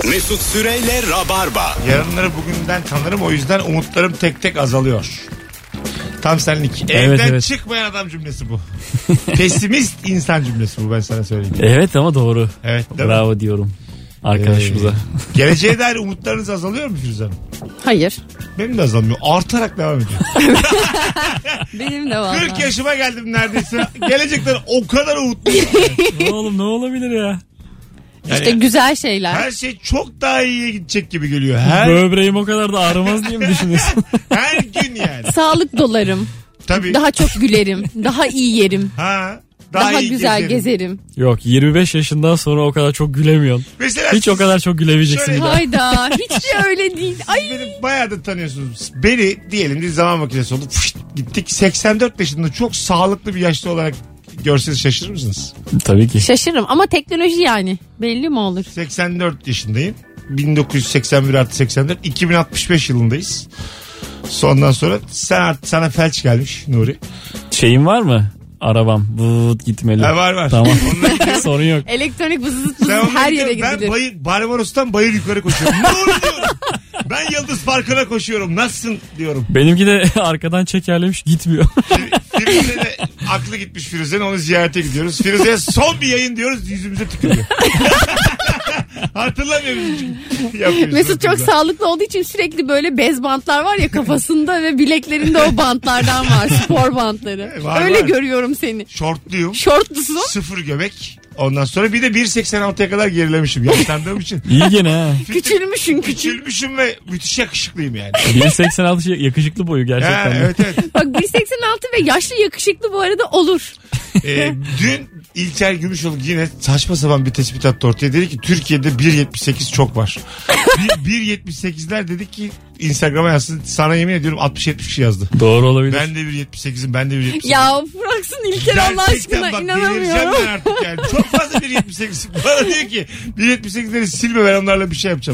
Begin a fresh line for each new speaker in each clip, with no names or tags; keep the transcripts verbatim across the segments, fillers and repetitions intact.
Mesut Süreyle Rabarba.
Yarınları bugünden tanırım, o yüzden umutlarım tek tek azalıyor. Tam senlik.
Evet,
Evden
evet.
çıkmayan adam cümlesi bu. Pesimist insan cümlesi bu, ben sana söyleyeyim.
Evet ama doğru.
Evet, değil mi?
Bravo diyorum arkadaşımıza.
Ee, geleceğe dair umutlarınız azalıyor mu Firuze Hanım?
Hayır.
Benim de azalmıyor. Artarak devam ediyor.
Benim de var.
kırk yaşıma geldim neredeyse. Gelecekten o kadar umutluyum.
Ne oğlum, ne olabilir ya?
Yani
İşte güzel şeyler.
her şey çok daha iyiye gidecek gibi geliyor. Her,
Böbreğim o kadar da ağrımaz diye mi düşünüyorsun?
her gün yani.
Sağlık dolarım.
Tabii.
Daha çok gülerim. Daha iyi yerim.
Ha,
Daha,
daha iyi
güzel
gezerim.
gezerim.
Yok, yirmi beş yaşından sonra o kadar çok gülemiyorsun.
Mesela
Hiç o kadar çok gülemeyeceksin
Şöyle-
bir daha.
Hayda. Hiç de öyle değil. Ay.
Siz beni bayağı da tanıyorsunuz. Beni diyelim bir zaman makinesi oldu. Fışt, gittik seksen dört yaşında çok sağlıklı bir yaşlı olarak görseniz şaşırır mısınız?
Tabii ki.
Şaşırırım ama teknoloji yani. Belli mi olur?
seksen dört yaşındayım. bin dokuz yüz seksen bir artı seksen dört. iki bin altmış beş yılındayız. Sondan sonra sen art, sana felç gelmiş Nuri.
Şeyin var mı? Arabam. Vıt gitmeli.
Ha, var var.
Tamam. Sorun yok.
Elektronik vızızıt vızızıt
Sen onunla
her yere
gidiyorsun.
gidilir.
Ben bayır, Barbaros'tan bayır yukarı koşuyorum. Nuri diyorum. Ben Yıldız Parkı'na koşuyorum. Nasılsın diyorum.
Benimki de arkadan çekerlemiş gitmiyor.
Firuze de aklı gitmiş Firuze'nin, onu ziyarete gidiyoruz. Firuze'ye son bir yayın diyoruz, yüzümüze tükürüyor. Hatırlamıyorum.
Mesut çok sağlıklı olduğu için sürekli böyle bez bantlar var ya kafasında ve bileklerinde o bantlardan var. Spor bantları.
Var,
Öyle
var.
görüyorum seni.
Şortluyum.
Şortlusun.
Sıfır göbek. Ondan sonra bir de bir seksen altıya kadar gerilemişim yaşlandığım için.
İyi gene ha.
Küçülmüşsün küçül.
Küçülmüşüm ve müthiş yakışıklıyım yani.
bir seksen altı şey- yakışıklı boyu gerçekten.
Ha,
de.
evet evet.
Bak bir seksen altı ve yaşlı yakışıklı bu arada olur.
Ee, dün İlker Gümüşoluk yine saçma sapan bir tespit attı ortaya. Dedi ki Türkiye'de bir yetmiş sekiz çok var. bir yetmiş sekizler dedi ki Instagram'a yazsın. Sana yemin ediyorum altmış yetmiş kişi yazdı.
Doğru olabilir.
Ben de bir yetmiş sekizim, ben de bir yetmiş sekiz.
Ya bıraksın İlker Allah
Gerçekten
aşkına
bak, delireceğim
inanamıyorum.
ben artık yani. Çok fazla bir yetmiş sekiz. Bana diyor ki bir yetmiş sekizleri silme, ben onlarla bir şey yapacağım.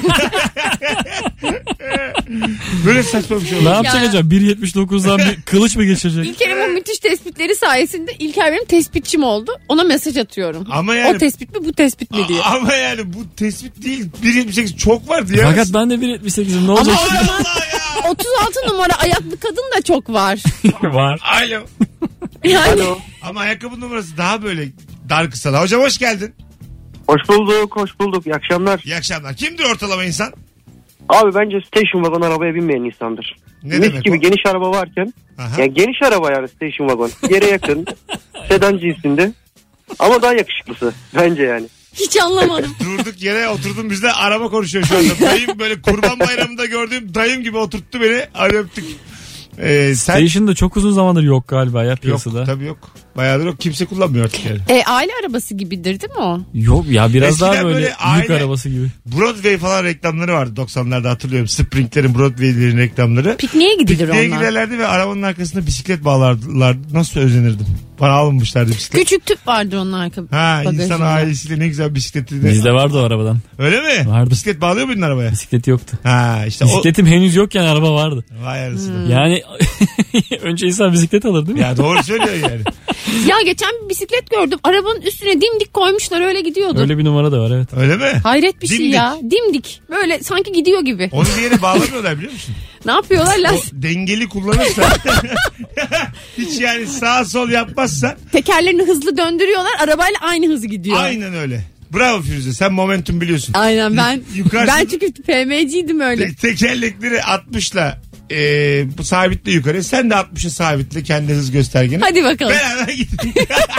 Böyle saçma bir şey
Ne
olur.
yapacak
Ya.
acaba? bir yetmiş dokuzdan bir kılıç mı geçirecek?
İlker'in bu müthiş tespitleri sayesinde İlker benim tespitçim oldu. Ona mesaj atıyorum.
Ama yani-
O tespit mi bu tespit mi diye.
Ama yani bu tespit değil. bir yetmiş sekiz çok var diye.
Fakat ben de bir yetmiş sekizim, ne
Ama
olacak?
o zaman otuz altı numara ayaklı kadın da çok var.
Var.
Alo.
Yani
Ama ayakkabı numarası daha böyle dar kısa. Hocam hoş geldin.
Hoş bulduk, hoş bulduk. İyi akşamlar.
İyi akşamlar. Kimdir ortalama insan?
Abi bence station wagon arabaya binmeyen insandır.
Ne
Mis
demek
gibi
o?
geniş araba varken,
Aha.
yani geniş araba yani station wagon. Yere yakın, sedan cinsinde. Ama daha yakışıklısı bence yani.
hiç anlamadım.
Durduk yere oturdum, bizde araba konuşuyor şu anda. Dayım böyle kurban bayramında gördüğüm dayım gibi oturttu beni. Hadi öptük. Ee, sen...
Station da çok uzun zamandır yok galiba ya
Yok
piyasada.
tabii yok. Bayağıdır yok. Kimse kullanmıyor artık yani.
E, aile arabası gibidir değil mi o?
Yok ya, biraz
Eskiden
daha böyle,
böyle
yük
aile-
arabası gibi.
Broadway falan reklamları vardı doksanlarda, hatırlıyorum. Spring'lerin, Broadway'lerin reklamları.
Pikniğe gidilir
Pikniğe
onlar.
giderlerdi ve arabanın arkasında bisiklet bağlardılar. Nasıl özenirdim. Bana alınmışlardı bisiklet.
Küçük tüp vardır onun arka
Ha,
bagajında.
insan ailesiyle ne güzel bisikleti.
Bizde vardı o arabadan.
Öyle mi?
Vardı.
Bisiklet bağlıyor muydun arabaya?
Bisikleti yoktu.
Ha işte
Bisikletim henüz yokken araba vardı.
o. Vay arasını.
Yani önce insan bisiklet alır değil mi?
Ya doğru söylüyor yani.
Ya geçen bir bisiklet gördüm. Arabanın üstüne dimdik koymuşlar öyle gidiyordu.
Öyle bir numara da var, evet.
Öyle mi?
Hayret bir şey
Dimdik.
ya. Dimdik. Böyle sanki gidiyor gibi.
Onu bir yere bağlamıyorlar biliyor musun?
Ne yapıyorlar lan?
O dengeli kullanırsa hiç yani sağ sol yapmazsa
Tekerlerini hızlı döndürüyorlar. Arabayla aynı hızı gidiyor.
aynen öyle. Bravo Firuze, sen momentum biliyorsun.
Aynen ben
Yukarısı-
ben çünkü P M C'ydim öyle.
Te- tekerlekleri altmışla e, bu sabitle yukarı. Sen de altmışa sabitle kendi hız göstergeni.
Hadi bakalım.
Beraber gidin.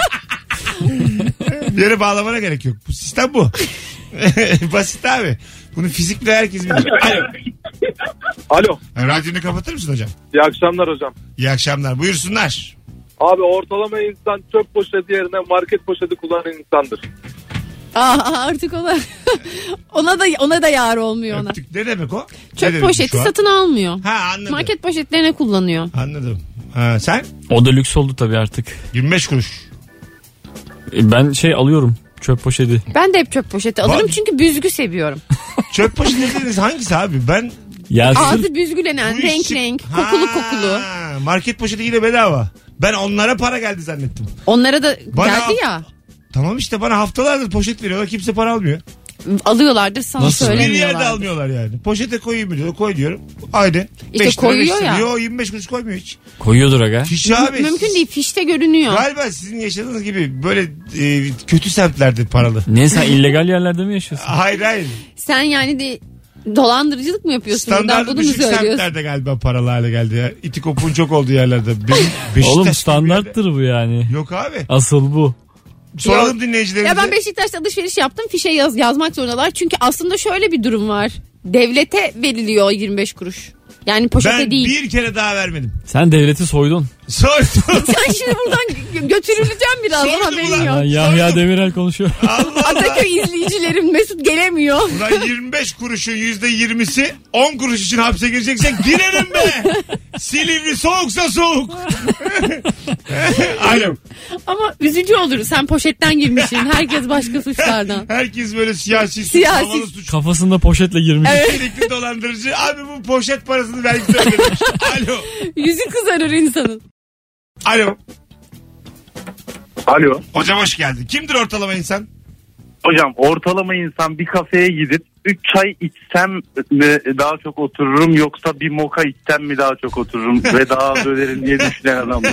Bir yere bağlamana gerek yok. Bu sistem bu. Basit abi. Bunu fizikle herkes bilir. Alo.
Alo.
Radyonu kapatır mısın hocam?
İyi akşamlar hocam.
İyi akşamlar. Buyursunlar.
Abi ortalama insan çöp poşeti yerine market poşeti kullanan insandır.
Aa, artık ona ona da ona da yar olmuyor ona.
Öptük. Ne demek o? Ne
Çöp
demek
poşeti
şu an?
satın almıyor.
Ha anladım.
Market poşetlerine kullanıyor.
Anladım. Ha, sen?
O da lüks oldu tabii artık.
yirmi beş kuruş.
E, Ben şey alıyorum, çöp poşeti.
Ben de hep çöp poşeti alırım
Var-
çünkü büzgü seviyorum.
Çöp poşeti dediğiniz hangisi abi? Ben
Ya sırf
Ağzı büzgülenen,
bu
renk
işi-
renk,
Ha,
kokulu kokulu.
Market poşeti yine bedava. Ben onlara para geldi zannettim.
Onlara da
Bana-
geldi ya.
Tamam işte, bana haftalardır poşet veriyorlar, kimse para almıyor.
alıyorlardır sana
Nasıl?
Bir yerde
söylemiyorlar.
almıyorlar yani. Poşete koyayım mı diyor. Koy diyorum. Aynı.
İşte
beş lira,
koyuyor
beş lira.
ya.
Yo yirmi beş kuruş koymuyor hiç.
Koyuyordur aga.
Fiş abi.
Mümkün değil, fişte görünüyor.
Galiba sizin yaşadığınız gibi böyle e, kötü semtlerde paralı.
Ne sen illegal yerlerde mi yaşıyorsun?
Hayır hayır.
Sen yani de dolandırıcılık mı yapıyorsun? Buradan
Standart
bunu mu
düşük
söylüyorsun?
semtlerde galiba paralı hale geldi ya. İti kopun çok olduğu yerlerde. Benim Beşiktaş
Oğlum
gibi
standarttır bu yani.
yerde- Yok abi.
Asıl bu.
Soralım dinleyicilerimize.
Ya ben Beşiktaş'ta alışveriş yaptım. Fişe yaz, yazmak zorundalar. Çünkü aslında şöyle bir durum var. Devlete veriliyor yirmi beş kuruş. Yani poşete
Ben
değil.
bir kere daha vermedim.
Sen devleti soydun.
Sordum.
Sen şimdi buradan gö- götürüleceğim birazdan,
Sordum
haberin
ulan.
Ya
yok.
Yahya Demirel konuşuyor.
Allah Allah.
Ataköy izleyicilerim Mesut gelemiyor.
Ulan yirmi beş kuruşun yüzde yirmisi on kuruş için hapse gireceksen girerim be. Silivri soğuksa soğuk. Alo.
Ama üzücü olur. Sen poşetten girmişsin. Herkes başka suçlardan.
Herkes böyle siyasi suç,
Siyasi.
havalı suç.
Kafasında poşetle girmiş.
Nitelikli dolandırıcı. Abi bu poşet parasını vergisi ödemiş. Alo.
Yüzü kızarır insanın.
Alo.
Alo.
Hocam hoş geldin. Kimdir ortalama insan?
Hocam ortalama insan bir kafeye gidip üç çay içsem mi daha çok otururum yoksa bir moka içsem mi daha çok otururum ve daha az öderim diye düşünen adamdır.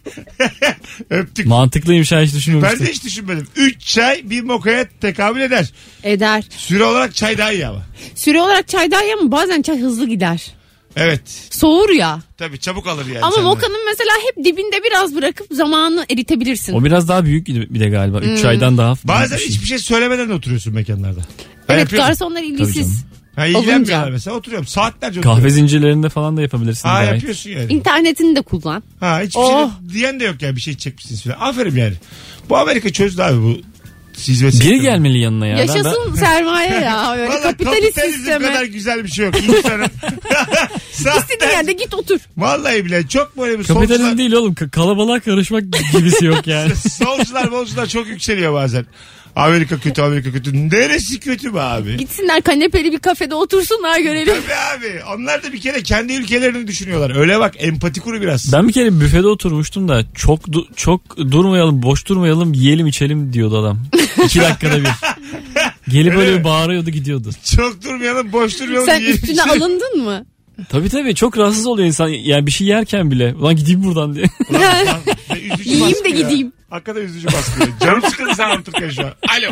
Öptük.
Mantıklıymış ha, hiç
Ben
düşünmemiştim.
de hiç düşünmedim. üç çay bir mokaya tekabül eder.
Eder.
Süre olarak çay daha iyi ama.
Süre olarak çay daha iyi ama bazen çay hızlı gider.
Evet.
Soğur ya.
Tabii çabuk alır yani.
Ama
senden.
mokanın mesela hep dibinde biraz bırakıp zamanını eritebilirsin.
O biraz daha büyük bir de galiba. üç
Hmm.
aydan daha büyük
Bazen
bir şey.
hiçbir şey söylemeden de oturuyorsun mekanlarda. Ben
Evet,
yapıyorum.
garsonlar
Tabii
ilgisiz.
canım.
Ha, ilgilenmiyorlar
olunca.
mesela. Oturuyorum. Saatlerce oturuyorum.
Kahve zincirlerinde falan da yapabilirsin.
Ha
gayet.
yapıyorsun yani.
İnternetini de kullan.
Ha hiçbir
Oh.
şey de- diyen de yok yani bir şey çekmişsiniz falan. Aferin yani. Bu Amerika çözdü abi bu hizmet
Biri
sektörünü.
gelmeli yanına ya. Ben-
Yaşasın sermaye ya. Öyle
Vallahi
kapitalist
kapitalizm
sisteme.
kadar güzel bir şey yok. İnsanın.
İstediğin yerde git otur.
Vallahi bile çok böyle bir
Kapitalizm
solcular,
değil oğlum. Ka- Kalabalığa karışmak gibisi yok yani.
solcular bolcular çok yükseliyor bazen. Amerika kötü, Amerika kötü. Neresi kötü be abi?
Gitsinler kanepeli bir kafede otursunlar görelim.
Tabii abi. Onlar da bir kere kendi ülkelerini düşünüyorlar. Öyle bak, empati kuru biraz.
Ben bir kere büfede oturmuştum da çok du- çok durmayalım, boş durmayalım, yiyelim içelim diyordu adam. İki dakikada bir. Gelip
Öyle
böyle
mi?
bağırıyordu, gidiyordu.
Çok durmayalım, boş durmayalım.
Sen
yiyelim
üstüne
içelim.
alındın mı?
Tabii tabii, çok rahatsız oluyor insan. Yani bir şey yerken bile. Ulan gideyim buradan diye.
Ulan, ulan, ne üzücü
Yiyeyim
baskı
de
ya.
gideyim.
Hakikaten üzücü baskı. ya. Canım sıkıldı sen anlatırken şu an. Alo.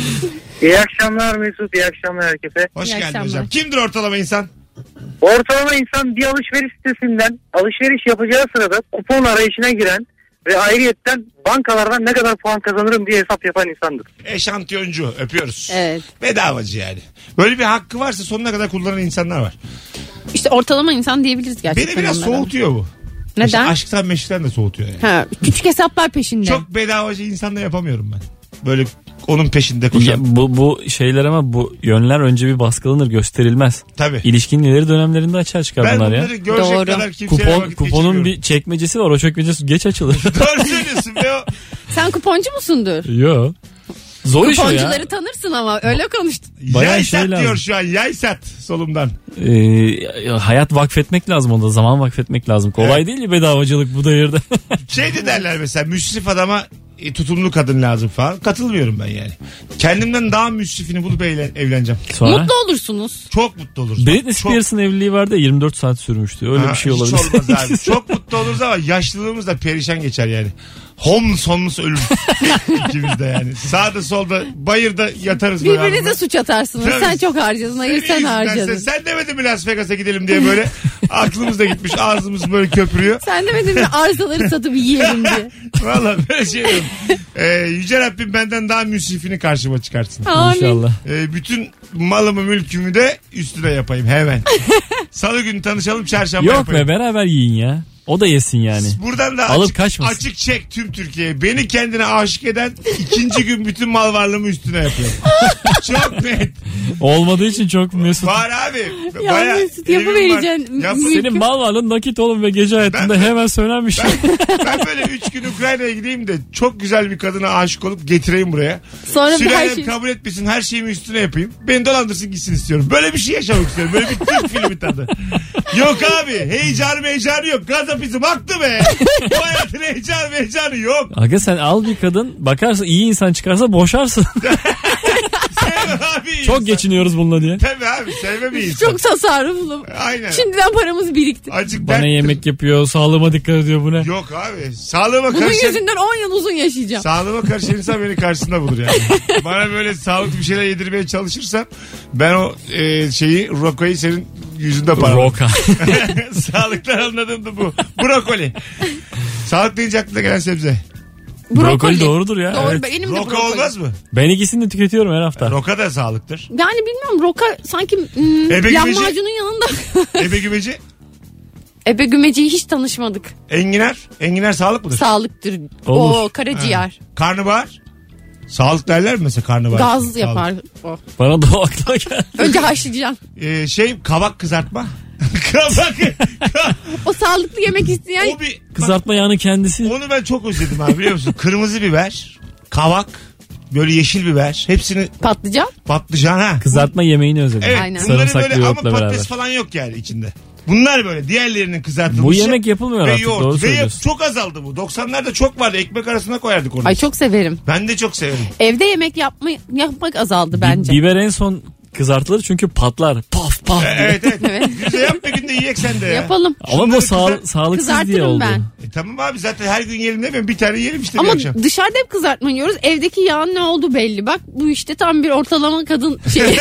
İyi akşamlar Mesut, iyi akşamlar herkese.
Hoş
İyi
geldin
akşamlar.
hocam. Kimdir ortalama insan?
Ortalama insan bir alışveriş sitesinden alışveriş yapacağı sırada kupon arayışına giren ve ayrıyetten bankalardan ne kadar puan kazanırım diye hesap yapan insandır.
Eşantiyoncu. Öpüyoruz.
Evet.
Bedavacı yani. Böyle bir hakkı varsa sonuna kadar kullanan insanlar var.
İşte ortalama insan diyebiliriz gerçekten.
Beni biraz
onlara.
soğutuyor bu.
Neden?
Aşktan meşkten de soğutuyor yani.
Ha, küçük hesaplar peşinde.
Çok bedavacı insanla yapamıyorum ben. Böyle onun peşinde
Ya
koşan.
bu, bu şeyler ama bu yönler önce bir baskılanır, gösterilmez.
Tabii.
İlişkinin ileri dönemlerinde açığa çıkar
Ben
bunlar ya.
bunları görecek
Doğru.
kadar kimseye
Kupon,
vakit
kuponun
geçirmiyorum.
bir çekmecesi var. O çekmecesi geç açılır.
Doğru söylüyorsun be o.
Sen kuponcu musundur?
Yo. Zor iş o ya.
Kuponcuları tanırsın ama öyle konuştun.
Bayağı
Yay
şey
sat
lazım.
diyor şu an. Yay sat solumdan.
Ee, hayat vakfetmek lazım onda. Zaman vakfetmek lazım. Kolay
Evet.
değil ya bedavacılık bu devirde.
Şey de derler mesela, müsrif adama e, tutumlu kadın lazım falan. Katılmıyorum ben yani. Kendimden daha müsrifini bulup evlen- evleneceğim.
Sonra
Mutlu olursunuz.
Çok mutlu oluruz.
Britney
Çok-
Spears'ın evliliği vardı ya, yirmi dört saat sürmüştü. Öyle
Ha,
bir şey
hiç
olabilir.
olmaz abi. Çok mutlu oluruz ama yaşlılığımız da perişan geçer yani. Homeless homeless ölür. İkimiz de yani. Sağda solda bayırda yatarız. böyle
Birbirinize
arada.
suç atarsınız.
Tabii.
Sen çok harcadın. Hayır
Senin
sen
yüzünden
harcadın.
Sen, sen demedin mi Las Vegas'a gidelim diye böyle. Aklımız da gitmiş, ağzımız böyle köpürüyor.
Sen demedin mi arsaları satıp yiyelim diye.
Valla böyle şey diyorum. Ee, Yüce Rabbim benden daha müsrifini karşıma çıkartsın.
Amin.
İnşallah.
Ee, bütün malımı mülkümü de üstüne yapayım hemen. Salı günü tanışalım, çarşamba
Yok
yapayım.
be, beraber yiyin ya. O da yesin yani.
Buradan da
Alıp
açık,
kaçmasın.
açık çek tüm Türkiye'ye. Beni kendine aşık eden ikinci gün bütün mal varlığımı üstüne yapıyorum. Çok net.
Olmadığı için çok mesut.
Var abi.
Ya
Bayağı
Mesut,
evim
yapıvereceksin.
var. Yap-
Senin mal varlığın nakit oğlum ve gece hayatında
Ben-
hemen sönen bir şey.
Ben böyle üç gün Ukrayna'ya gideyim de çok güzel bir kadına aşık olup getireyim buraya.
Sonra bir her
Sülalem
şey...
kabul etmesin, her şeyimi üstüne yapayım. Beni dolandırsın gitsin istiyorum. Böyle bir şey yaşamak istiyorum. Böyle bir Türk filmi tadı. Yok abi, heyecanı heyecanı yok. Gazapizm aktı be. Bu hayatın heyecanı heyecanı yok.
Aga sen al bir kadın, bakarsın iyi insan çıkarsa boşarsın.
Sevmem abi bir
Çok
insan.
geçiniyoruz bununla diye.
Tabii abi sevme bir insan.
Çok tasarruflu.
Aynen.
Şimdiden paramız birikti.
Acık
Bana
dert-
yemek yapıyor, sağlığıma dikkat ediyor, bu ne?
Yok abi. Sağlığıma
Bunun
karşı...
yüzünden on yıl uzun yaşayacağım.
Sağlığıma karşı insan beni karşısında bulur yani. Bana böyle sağlıklı bir şeyler yedirmeye çalışırsan ben o e, şeyi rokayı senin yüzünde paralarım.
Roka.
Sağlıktan anladığım da bu. Brokoli. Sağlık deyince aklına gelen sebze.
Brokoli doğrudur ya.
Doğru,
Evet.
benim de
Roka
brokoli.
olmaz mı?
Ben ikisini de tüketiyorum her hafta.
Roka da sağlıktır.
Yani bilmiyorum roka sanki mm,
Ebe gümeci?
lahmacunun yanında.
Ebe gümeci.
Ebe gümeciyi hiç tanışmadık.
Enginar. Enginar sağlık mıdır?
Sağlıktır.
Olur.
O karaciğer.
Karnabahar. Sağlık derler mi mesela karnabahar?
Gaz
Sağlık.
yapar o.
Bana da o aklıma geldi.
Önce haşlayacaksın.
Ee, şey kabak kızartma. kabak.
O sağlıklı yemek isteyen
o bir,
Kızartma yağının kendisi.
onu ben çok özledim abi biliyor musun? Kırmızı biber, kavak, böyle yeşil biber. Hepsini
patlıcan.
patlıcan ha.
Kızartma yemeğini özledim.
Evet.
Aynen.
Bunları
Sarımsaklı
böyle ama
yoğurtla
patates
beraber.
falan yok yani içinde. Bunlar böyle diğerlerinin kızartılmışı.
Bu yemek yapılmıyor
ve
artık,
yoğurt.
doğru
Ve
söylüyorsun.
çok azaldı bu. doksanlarda çok vardı. Ekmek arasına koyardık onu.
Ay çok severim.
Ben de çok severim.
Evde yemek yapma, yapmak azaldı bence.
Biber en son kızartılır çünkü patlar. Paf paf
E,
diye.
evet evet.
Evet.
Güzel yap bir günde yiyek sen de ya.
Yapalım.
Ama
Şunları
bu sağ,
kızart-
sağlıksız diye
Kızartırım
oldu.
ben.
E, tamam abi zaten her gün yiyelim demiyorum. Bir tane yiyelim işte
Ama
bir akşam.
dışarıda hep kızartma yiyoruz. Evdeki yağın ne oldu belli. Bak bu işte tam bir ortalama kadın şeyi.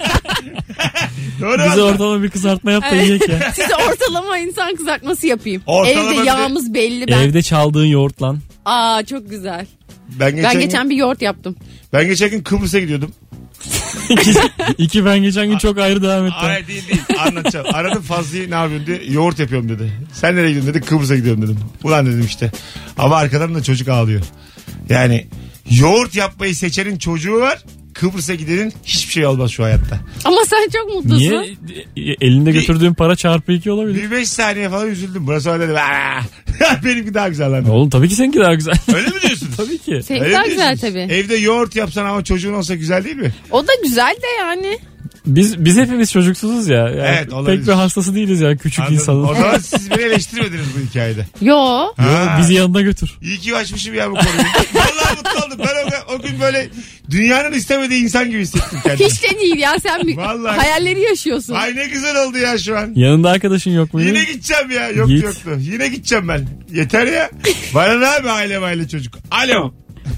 Doğru
Bize
valla.
ortalama bir kızartma yap da yiyek ya.
Size ortalama insan kızartması yapayım.
Ortalama bir
Evde
de-
yağımız belli. Ben...
Evde çaldığın yoğurt lan.
Aa çok güzel.
Ben geçen,
Ben
gün,
geçen bir yoğurt yaptım.
ben geçen gün Kıbrıs'a gidiyordum.
İki, iki ben geçen gün çok ayrı devam ettim.
Hayır değil değil anlatacağım. Aradım Fazlı'yı ne yapıyorsun diye. Yoğurt yapıyorum dedi. Sen nereye gidiyorsun dedi. Kıbrıs'a gidiyorum dedim. Ulan dedim işte. Ama arkadan da çocuk ağlıyor. Yani yoğurt yapmayı seçenin çocuğu var. Kıbrıs'a gidenin hiçbir şey olmaz şu hayatta.
Ama sen çok mutlusun.
Niye? Elinde götürdüğün para çarpı iki olabilir.
Bir beş saniye falan üzüldüm. Burası öyle dedim. "Aa!" Benimki daha güzel lan.
Oğlum tabii ki seninki daha güzel.
Öyle mi diyorsunuz?
Tabii ki.
Seninki
Öyle
daha
mi
güzel
diyorsunuz?
tabii.
Evde yoğurt yapsan ama çocuğun olsa güzel değil mi?
O da güzel de yani.
Biz biz hepimiz çocuksuzuz ya. Yani
Evet, olabilir.
pek bir hastası değiliz ya küçük
Anladım.
insanın.
O zaman siz beni eleştirmediniz bu hikayede.
Yo.
Ha.
Bizi yanına götür.
İyi ki açmışım ya bu konuyu. Vallahi mutlu oldum. Ben o, o gün böyle dünyanın istemediği insan gibi hissettim kendimi.
Hiç de değil ya sen bir
Vallahi.
hayalleri yaşıyorsun.
Ay ne güzel oldu ya şu an.
Yanında arkadaşın yok mu?
Yine gideceğim ya. Yok
Git.
yoktu. Yine gideceğim ben. Yeter ya. Bana ne abi aile aile çocuk. Alo.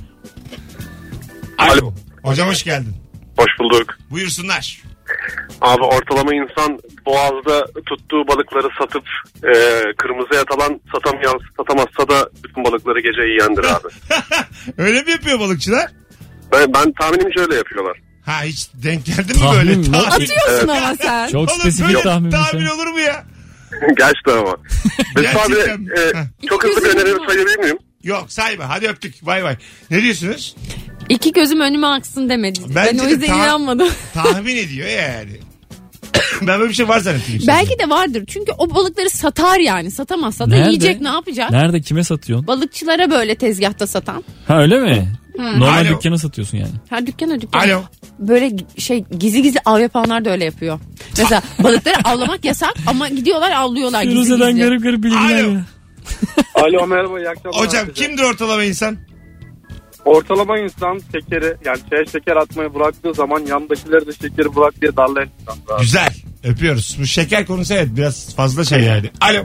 Alo.
Alo.
Hocam hoş geldin.
Hoş bulduk.
Buyursunlar.
Abi ortalama insan boğazda tuttuğu balıkları satıp e, kırmızı yatalan satamayan, satamazsa da bütün balıkları gece yiyendir abi.
Öyle mi yapıyor balıkçılar?
Ben, ben tahminimce öyle yapıyorlar.
Ha hiç denk geldin mi
Tahmin
böyle?
mi?
Atıyorsun ama sen.
Çok
Oğlum
spesifik
böyle
tahmin.
tahmin olur mu ya?
Gerçekten ama. Mesela abi
Gerçekten.
e,
Heh.
çok hızlı bir önerimi sayabilir miyim?
Yok sayma. Hadi öptük. Bay bay. Ne diyorsunuz?
İki gözüm önüme aksın demedi.
Bence
Ben o
de
yüzden
ta-
inanmadım.
Tahmin ediyor yani. Ben böyle bir şey var zannettim.
Belki de vardır. Çünkü o balıkları satar yani. Satamazsa da
Nerede?
yiyecek ne yapacak?
Nerede, kime satıyorsun?
Balıkçılara böyle tezgahta satan.
Ha öyle mi? Normal
Alo.
dükkana satıyorsun yani.
Her dükkana dükkana.
Alo.
Böyle şey gizli gizli av yapanlar da öyle yapıyor. Mesela balıkları avlamak yasak ama gidiyorlar avlıyorlar gizli
Firuzeden
gizli.
garip garip bilgiler
Alo.
ya.
Alo merhaba iyi akşamlar.
Hocam
herkese.
kimdir ortalama insan?
Ortalama insan şekeri yani çaya şeker atmayı bıraktığı zaman yandakileri de şekeri bırak diye darlayan insandır abi.
Güzel. Öpüyoruz. Bu şeker konusu evet biraz fazla şey yani. Alo.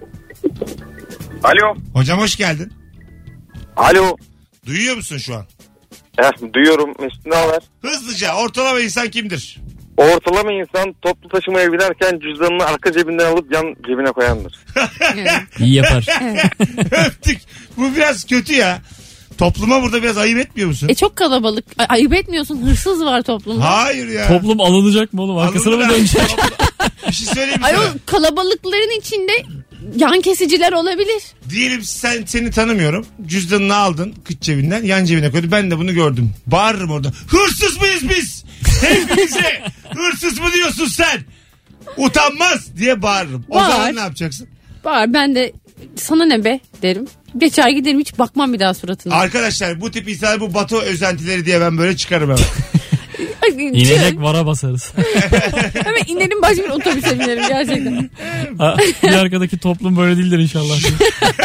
Alo.
Hocam hoş geldin.
Alo.
Duyuyor musun şu an?
Heh, duyuyorum. Mesut ne haber?
Hızlıca ortalama insan kimdir?
Ortalama insan toplu taşımaya binerken cüzdanını arka cebinden alıp yan cebine koyandır.
Evet.
İyi yapar.
Öptük. Bu biraz kötü ya. Topluma burada biraz ayıp etmiyor musun?
E çok kalabalık. Ay- ayıp etmiyorsun. Hırsız var toplumda.
Hayır ya.
Toplum alınacak mı oğlum? Arkasına mı
Alınır
dönecek?
abi. Bir şey söyleyeyim mi
Ay o
sana?
kalabalıkların içinde yan kesiciler olabilir.
Diyelim sen seni tanımıyorum. Cüzdanını aldın kıç cebinden yan cebine koydun. Ben de bunu gördüm. Bağırırım orada. Hırsız mıyız biz? Hepimize hırsız mı diyorsun sen? Utanmaz diye bağırırım. O
Bağır.
zaman ne yapacaksın?
Var ben de sana ne be derim. Geçer giderim hiç bakmam bir daha suratına.
Arkadaşlar bu tip insanlar bu Batu özentileri diye ben böyle çıkarım hemen.
İnecek vara basarız.
Hemen inerim başka bir otobüse binerim gerçekten.
Ha, bir arkadaki toplum böyle değildir inşallah.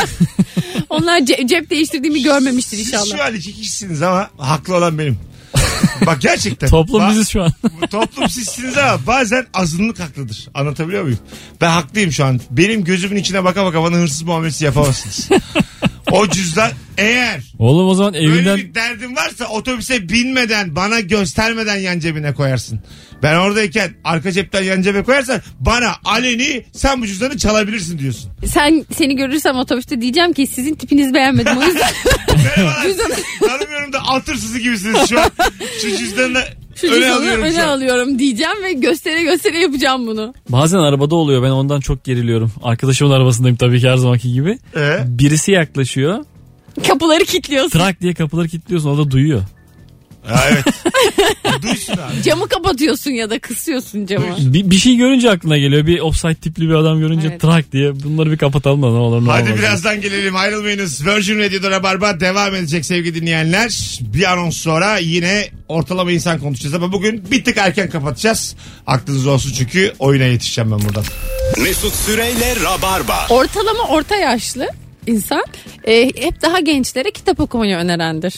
Onlar ce- cep değiştirdiğimi görmemiştir
Siz
inşallah.
şu an iki kişisiniz ama haklı olan benim. Bak gerçekten.
Toplum
Ba-
biziz şu an.
Toplum sizsiniz ama bazen azınlık haklıdır. Anlatabiliyor muyum? Ben haklıyım şu an. Benim gözümün içine baka baka bana hırsız muamelesi yapamazsınız. O cüzdan eğer
Oğlum o zaman evinden...
öyle bir derdin varsa otobüse binmeden bana göstermeden yan cebine koyarsın. Ben oradayken arka cepten yan cebe koyarsan bana aleni sen bu cüzdanı çalabilirsin diyorsun.
Sen seni görürsem otobüste diyeceğim ki sizin tipinizi beğenmedim o yüzden.
Merhabalar. Tanımıyorum da at hırsızı gibisiniz şu an. Şu cüzdanı
Şu
öne
cüzdanı
alıyorum
öne
şu an.
alıyorum diyeceğim ve göstere göstere yapacağım bunu.
Bazen arabada oluyor, ben ondan çok geriliyorum. Arkadaşımın arabasındayım tabii ki her zamanki gibi.
Ee?
Birisi yaklaşıyor.
Kapıları kilitliyorsun.
Trak diye kapıları kilitliyorsun, o da duyuyor.
Ha, evet. Duysun abi.
Camı kapatıyorsun ya da kısıyorsun camı.
Bir, bir şey görünce aklına geliyor. Bir offside tipli bir adam görünce
Evet.
trak diye bunları bir kapatalım da ne olur ne
Hadi
olmaz.
birazdan gelelim, ayrılmayınız. Virgin Radio'da Rabarba devam edecek sevgili dinleyenler. Bir anons sonra yine ortalama insan konuşacağız ama bugün bir tık erken kapatacağız. Aklınız olsun çünkü oyuna yetişeceğim ben buradan.
Mesut Süreyle Rabarba.
Ortalama orta yaşlı insan e, hep daha gençlere kitap okumayı önerendir.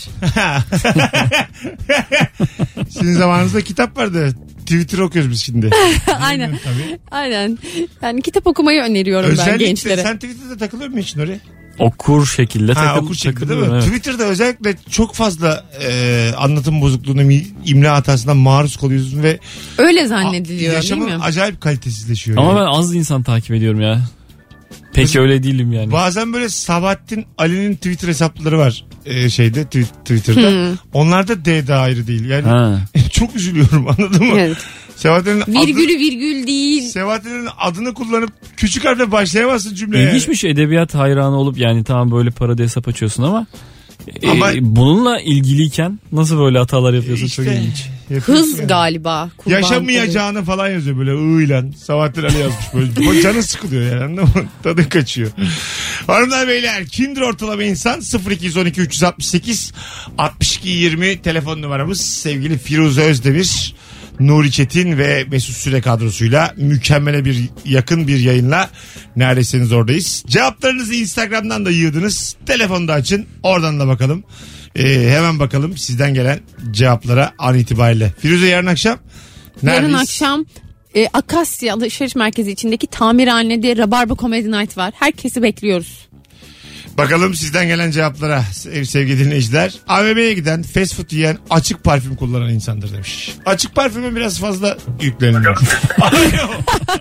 Sizin zamanınızda kitap vardı. Twitter okuyoruz biz şimdi.
Aynen.
Tabii.
Aynen. Yani kitap okumayı öneriyorum ben
Özellikle
gençlere.
sen Twitter'da takılıyor musun hiç Nuri?
Okur şekilde
Ha,
takıl,
okur şekilde değil mi?
takılıyorum, evet.
Twitter'da özellikle çok fazla e, anlatım bozukluğuna, mi- imla hatasından maruz kalıyorsun ve
Öyle zannediliyor
yaşamın
değil mi?
acayip kalitesizleşiyor.
Ama
yani.
ben az insan takip ediyorum ya. Pek
Mesela-
öyle değilim yani.
Bazen böyle Sabahattin Ali'nin Twitter hesapları var e, şeyde tw- Twitter'da. Onlar da D'de ayrı değil. Yani
Ha.
çok üzülüyorum, anladın mı?
Evet.
Sebahattin'in adı,
Virgülü virgül değil.
Sebahattin'in adını kullanıp küçük harfle başlayamazsın cümleye.
İlginçmiş, edebiyat hayranı olup yani tamam böyle parada hesap açıyorsun ama,
Ama-
e, bununla ilgiliyken nasıl böyle hatalar yapıyorsun,
İşte,
çok ilginç.
yapıyorsun
Hız
yani.
galiba. kurban
Yaşamayacağını falan yazıyor böyle ığıyla. Sabahattin Ali yazmış böyle. Bu canı sıkılıyor yani, anladın mı? Tadı kaçıyor. Hanımlar beyler, kimdir ortalama insan? sıfır iki on iki üç altı sekiz altmış iki yirmi telefon numaramız. Sevgili Firuze Özdemir, Nuri Çetin ve Mesut Süre kadrosuyla mükemmele bir yakın bir yayınla neredesiniz oradayız. Cevaplarınızı Instagram'dan da yığdınız. Telefonu da açın. Oradan da bakalım. Ee, hemen bakalım sizden gelen cevaplara an itibariyle. Firuze, yarın akşam
Yarın
neredeyiz?
akşam e, Akasya Alışveriş Merkezi içindeki tamirhanede Rabarba Comedy Night var. Herkesi bekliyoruz.
Bakalım sizden gelen cevaplara sev- sevgili dinleyiciler. A V M'ye giden, fast food yiyen, açık parfüm kullanan insandır demiş. Açık parfüme biraz fazla yükleniliyor. Alo.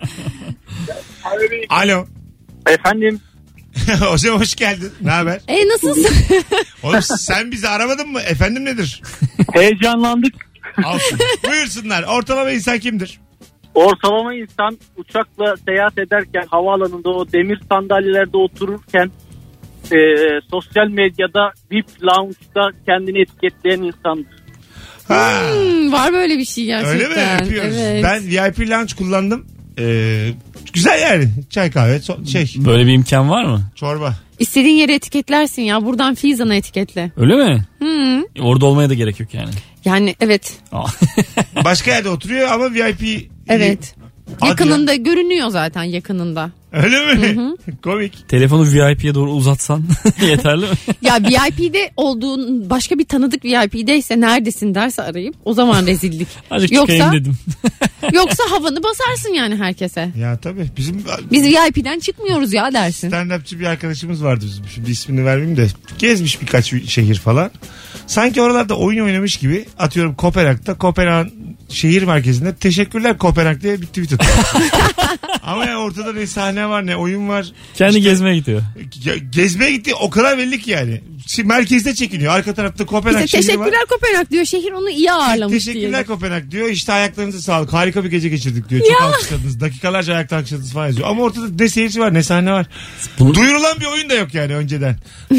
Alo.
Efendim,
Hocam hoş geldin. Ne haber?
E nasılsın?
Oğlum sen bizi aramadın mı? Efendim nedir?
heyecanlandık.
Alsın. Buyursunlar. Ortalama insan kimdir?
Ortalama insan uçakla seyahat ederken havaalanında o demir sandalyelerde otururken e, sosyal medyada V I P Lounge'da kendini etiketleyen insandır.
Ha.
Hmm, var böyle bir şey gerçekten.
Öyle mi yapıyoruz?
Evet.
Ben V I P lounge kullandım. Ee, güzel yani. Çay kahve so- şey
Böyle bir imkan var mı?
çorba.
İstediğin yere etiketlersin ya. Buradan Fizan'a etiketle.
Öyle mi?
Hmm.
Orada olmaya da gerek yok yani.
Yani evet.
Aa.
Başka yerde oturuyor ama V I P.
Evet.
Hadi
Yakınında görünüyor zaten yakınında.
Öyle mi? Komik.
Telefonu V I P'ye doğru uzatsan yeterli mi?
Ya V I P'de olduğun başka bir tanıdık V I P'deyse neredesin derse arayıp o zaman rezillik.
Azıcık
Yoksa
çıkayım dedim.
yoksa havanı basarsın yani herkese.
Ya tabii. Bizim
Biz V I P'den çıkmıyoruz ya dersin.
stand-upçı bir arkadaşımız vardı bizim. Şimdi ismini vermeyeyim de. Gezmiş birkaç şehir falan. Sanki oralarda oyun oynamış gibi. Atıyorum Kopenhag'da. Kopenhag şehir merkezinde teşekkürler Kopenhag diye bir tweet atıyor. Ama ya ortada ne sahne var ne oyun var.
Kendi
İşte-
gezmeye gidiyor.
Ge- Gezmeye gitti o kadar belli ki yani. Şimdi merkezde çekiniyor. Arka tarafta Kopenhag
İşte
şehri var.
teşekkürler Kopenhag diyor. Şehir onu iyi ağırlamış
Teşekkürler
diye.
Kopenhag diyor. İşte ayaklarınıza sağlık. Harika bir gece geçirdik diyor. Çok alkışladınız. Dakikalarca ayakta alkışladınız falan yazıyor. Ama ortada ne seyirci var ne sahne var.
Bunu-
Duyurulan bir oyun da yok yani önceden.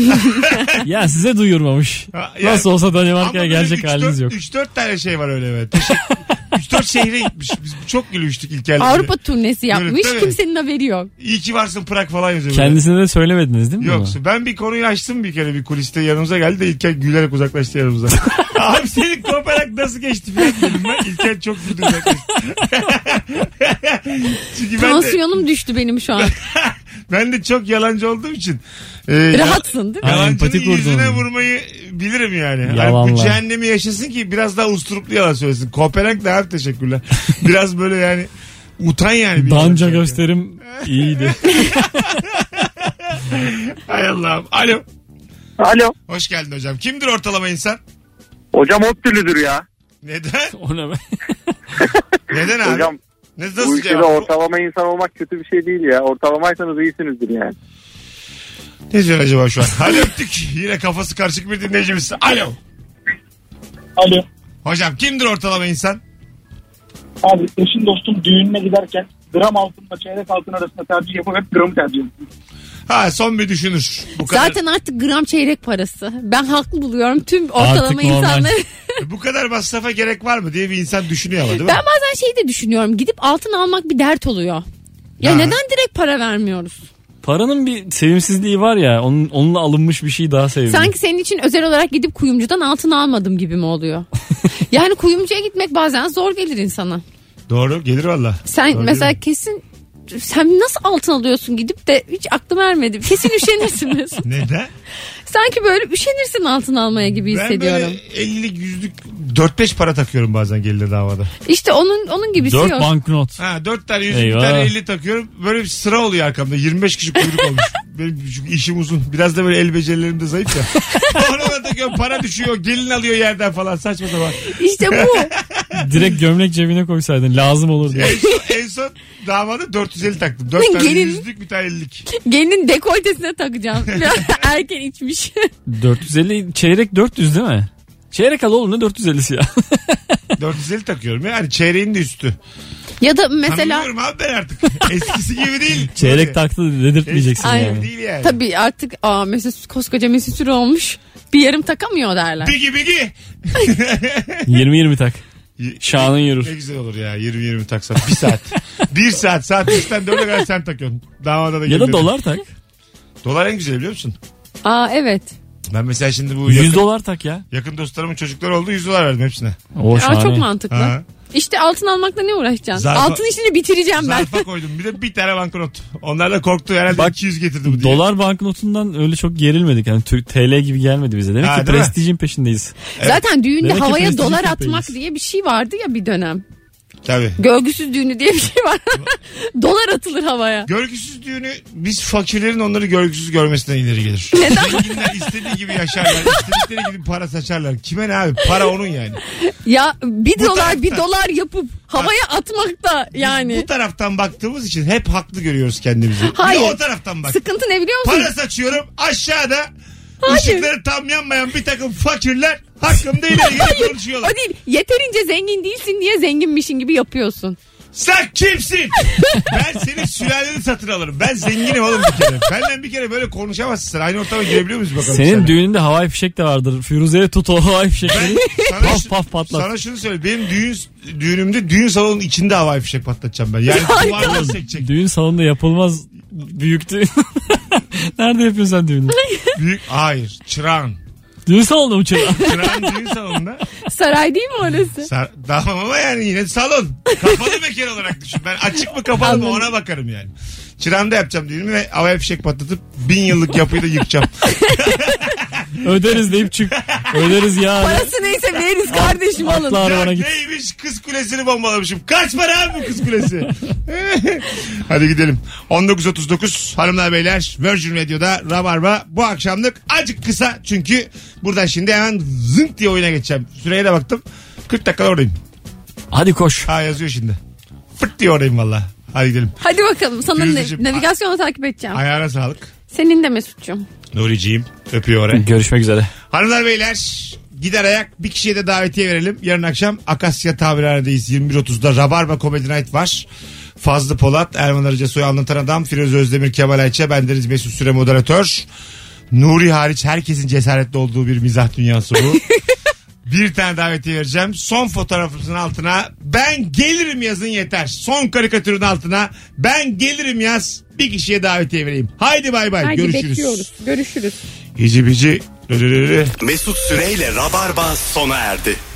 Ya size duyurmamış.
Ha, yani-
Nasıl olsa
Ama
Danimarka'ya
böyle
gelecek
üç
haliniz
dört-
yok.
üç dört tane şey var öyle evet. üç dört şehre gitmiş. Biz çok gülüştük İlker'le.
Avrupa turnesi yapmış.
tabii.
Kimsenin haberi yok.
İyi ki varsın Prag falan yazıyor. böyle.
Kendisine de söylemediniz değil mi?
Yok
bunu?
ben bir konuyu açtım bir kere bir kuliste yanımıza geldi de İlker gülerek uzaklaştı yanımıza. Abi senin Kopenhag nasıl geçti falan dedim ben. İlker çok güldü uzaklaştı. Çünkü ben de,
Tansiyonum düştü benim şu an.
Ben de çok yalancı olduğum için. E,
Rahatsın değil mi?
Ha,
Yalancının
empati kurdun.
yüzüne vurmayı bilirim yani. yani.
Yalanlar.
Bu cehennemi yaşasın ki biraz daha usturuplu yalan söylesin. Kopenhag da abi teşekkürler. Biraz böyle yani utan yani. bir
Danca
yalan
gösterim iyiydi.
Hay Allah'ım. Alo.
Alo.
Hoş geldin hocam. Kimdir ortalama insan?
Hocam ODTÜ'lüdür ya.
Neden?
O ne be?
Neden abi?
Hocam
Ne,
bu
nasıl
ülkede
cevap?
ortalama insan olmak kötü bir şey değil ya. Ortalamaysanız iyisinizdir yani.
Ne diyorsun acaba şu an? Hadi öptük. Yine kafası karışık bir dinleyicimiz. Alo.
Alo.
Hocam kimdir ortalama insan?
Abi eşin dostum düğününe giderken gram altınla çeyrek altın arasında tercih yapıp hep gramı tercih ediyor.
Ha son bir düşünür. Bu kadar,
Zaten artık gram çeyrek parası. Ben haklı buluyorum tüm ortalama
Artık normal.
insanları.
bu kadar masrafa gerek var mı diye bir insan düşünüyor ama değil mi?
Ben bazen şeyi de düşünüyorum. Gidip altın almak bir dert oluyor. Ya
Ha.
neden direkt para vermiyoruz?
Paranın bir sevimsizliği var ya, onun, onunla alınmış bir şey daha sevimli.
Sanki senin için özel olarak gidip kuyumcudan altın almadım gibi mi oluyor? Yani kuyumcuya gitmek bazen zor gelir insana.
Doğru gelir valla.
Sen
Doğru
mesela
değil mi?
kesin sen nasıl altın alıyorsun gidip de hiç aklım ermedi. Kesin üşenirsin Mesut.
Neden?
Sanki böyle üşenirsin altın almaya gibi
Ben
hissediyorum.
böyle ellilik yüzlük dört beş para takıyorum bazen geline davada.
İşte onun onun gibisi
Dört
yok.
banknot.
Ha dört tane yüzlük bir
Eyvah.
tane elli takıyorum. Böyle bir sıra oluyor arkamda. yirmi beş kişi kuyruk olmuş. Benim çünkü işim uzun. Biraz da böyle el becerilerim de zayıf ya. Ona da takıyorum. Para düşüyor. Gelin alıyor yerden falan. Saçma sapan.
İşte bu.
Direkt gömlek cebine koysaydın, lazım olur diye.
En son, en son damada dört yüz elli taktım. dört tane
Gelin-
yüzlük bir tane ellilik.
Gelinin dekoltesine takacağım. Erken içmiş.
dört yüz elli çeyrek dört yüz değil mi? Çeyrek al oğlum, ne dört yüz ellisi ya.
dört yüz elli takıyorum. Yani çeyreğin de üstü.
Ya da mesela
Tanımıyorum abi ben artık. Eskisi gibi değil.
Çeyrek
Böyle.
taktı dedirtmeyeceksin
Eskisi
yani.
gibi değil yani.
tabii artık aa Mesut koskoca Mesut Süre olmuş. Bir yarım takamıyor derler.
Bigi bigi.
yirmi yirmi tak. Şanın yürür.
Ne güzel olur ya yirmi yirmi taksan. Bir saat. bir saat. Saat üçten dörde kadar sen takıyorsun. Damada da
Ya da
gelin.
dolar tak.
Dolar en güzel biliyor musun?
Aa evet.
Ben mesela şimdi bu
yüz
yakın,
dolar tak ya.
yakın dostlarımın çocukları oldu yüz dolar verdim hepsine.
O
Aa,
şahane.
çok mantıklı.
Ha.
İşte altın almakla ne uğraşacaksın?
Zarfa-
Altın işini bitireceğim ben.
Zarfa koydum. Bir de bir tane banknot. Onlar da korktu herhalde
Bak,
iki yüz getirdi bu diye.
Dolar banknotundan öyle çok gerilmedik. Yani Türk T L gibi gelmedi bize. Demek
Ha,
ki
değil mi?
prestijin peşindeyiz.
Zaten düğünde
Demek ki
havaya
prestijin
dolar
köpeğiyiz.
atmak diye bir şey vardı ya bir dönem.
Tabii.
Görgüsüz düğünü diye bir şey var. Dolar atılır havaya.
Görgüsüz düğünü biz fakirlerin onları görgüsüz görmesinden ileri gelir. Zenginler istediği gibi yaşarlar. İstedikleri gibi para saçarlar. Kime ne abi? Para onun yani.
Ya bir
Bu
dolar
tarafta-
bir dolar yapıp havaya atmak da yani.
Bu taraftan baktığımız için hep haklı görüyoruz kendimizi.
Hayır.
Bir de o taraftan bak.
Sıkıntı ne biliyor musun?
Para saçıyorum aşağıda
Hayır.
ışıkları tam yanmayan bir takım fakirler hakkımda ileri geri konuşuyorlar.
O değil. Yeterince zengin değilsin diye zenginmişin gibi yapıyorsun.
Sen kimsin? Ben senin sülaleni satın alırım. Ben zenginim oğlum bir kere. Benden bir kere böyle konuşamazsın sen. Aynı ortama girebiliyor muyuz bakalım?
Senin
sana?
düğününde havai fişek de vardır. Firuze'ye tut o havai fişekleri.
Sana,
Paf
şu-
paf patlat.
sana şunu söyle. Benim düğün düğünümde düğün salonunun içinde havai fişek patlatacağım ben. Yani duvardan sekecek.
Düğün salonunda yapılmaz büyük düğün. Nerede yapıyorsun sen düğünü?
Büyük, hayır. Çırağın.
Düğün salonunda mı çırağın?
Çırağın düğün salonunda.
Saray değil mi orası?
Sar, tamam ama yani yine salon. Kapalı mekan olarak düşün. Ben açık mı kapalı mı ona bakarım yani. Çırağımda yapacağım düğünümü ve havai fişek patlatıp bin yıllık yapıyı da yıkacağım.
Öderiz deyip çık. Öderiz ya.
Parası neyse veririz kardeşim alın.
Atla arabana
Ya
git.
neymiş kız kulesini bombalamışım. Kaç para abi bu kız kulesi? Hadi gidelim. on dokuz otuz dokuz hanımlar beyler Virgin Radio'da Rabarba bu akşamlık acık kısa. Çünkü buradan şimdi hemen zınk diye oyuna geçeceğim. Süreye de baktım. kırk dakika oradayım.
Hadi koş.
Ha yazıyor şimdi. Fırt diye oradayım valla. Hadi gidelim.
Hadi bakalım sana
Firuzeciğim,
ne- navigasyonu takip edeceğim.
Ayağına sağlık.
Senin de Mesut'cum.
Nuriciğim öpüyor oraya.
Görüşmek üzere.
Hanımlar beyler gider ayak bir kişiye de davetiye verelim. Yarın akşam Akasya Tabirhane'deyiz. yirmi bir otuzda Rabarba Comedy Night var. Fazlı Polat, Erman Arıca Soy Anlatan Adam, Firuze Özdemir, Kemal Ayça, bendeniz Mesut Süre moderatör. Nuri hariç herkesin cesaretli olduğu bir mizah dünyası bu. Bir tane davetiye vereceğim. Son fotoğrafımızın altına ben gelirim yazın yeter. Son karikatürün altına ben gelirim yaz. Bir kişiye davetiye vereyim. Haydi bay bay.
Haydi
Görüşürüz.
bekliyoruz. Görüşürüz.
Gici bici.
Mesut Süreyle Rabarba sona erdi.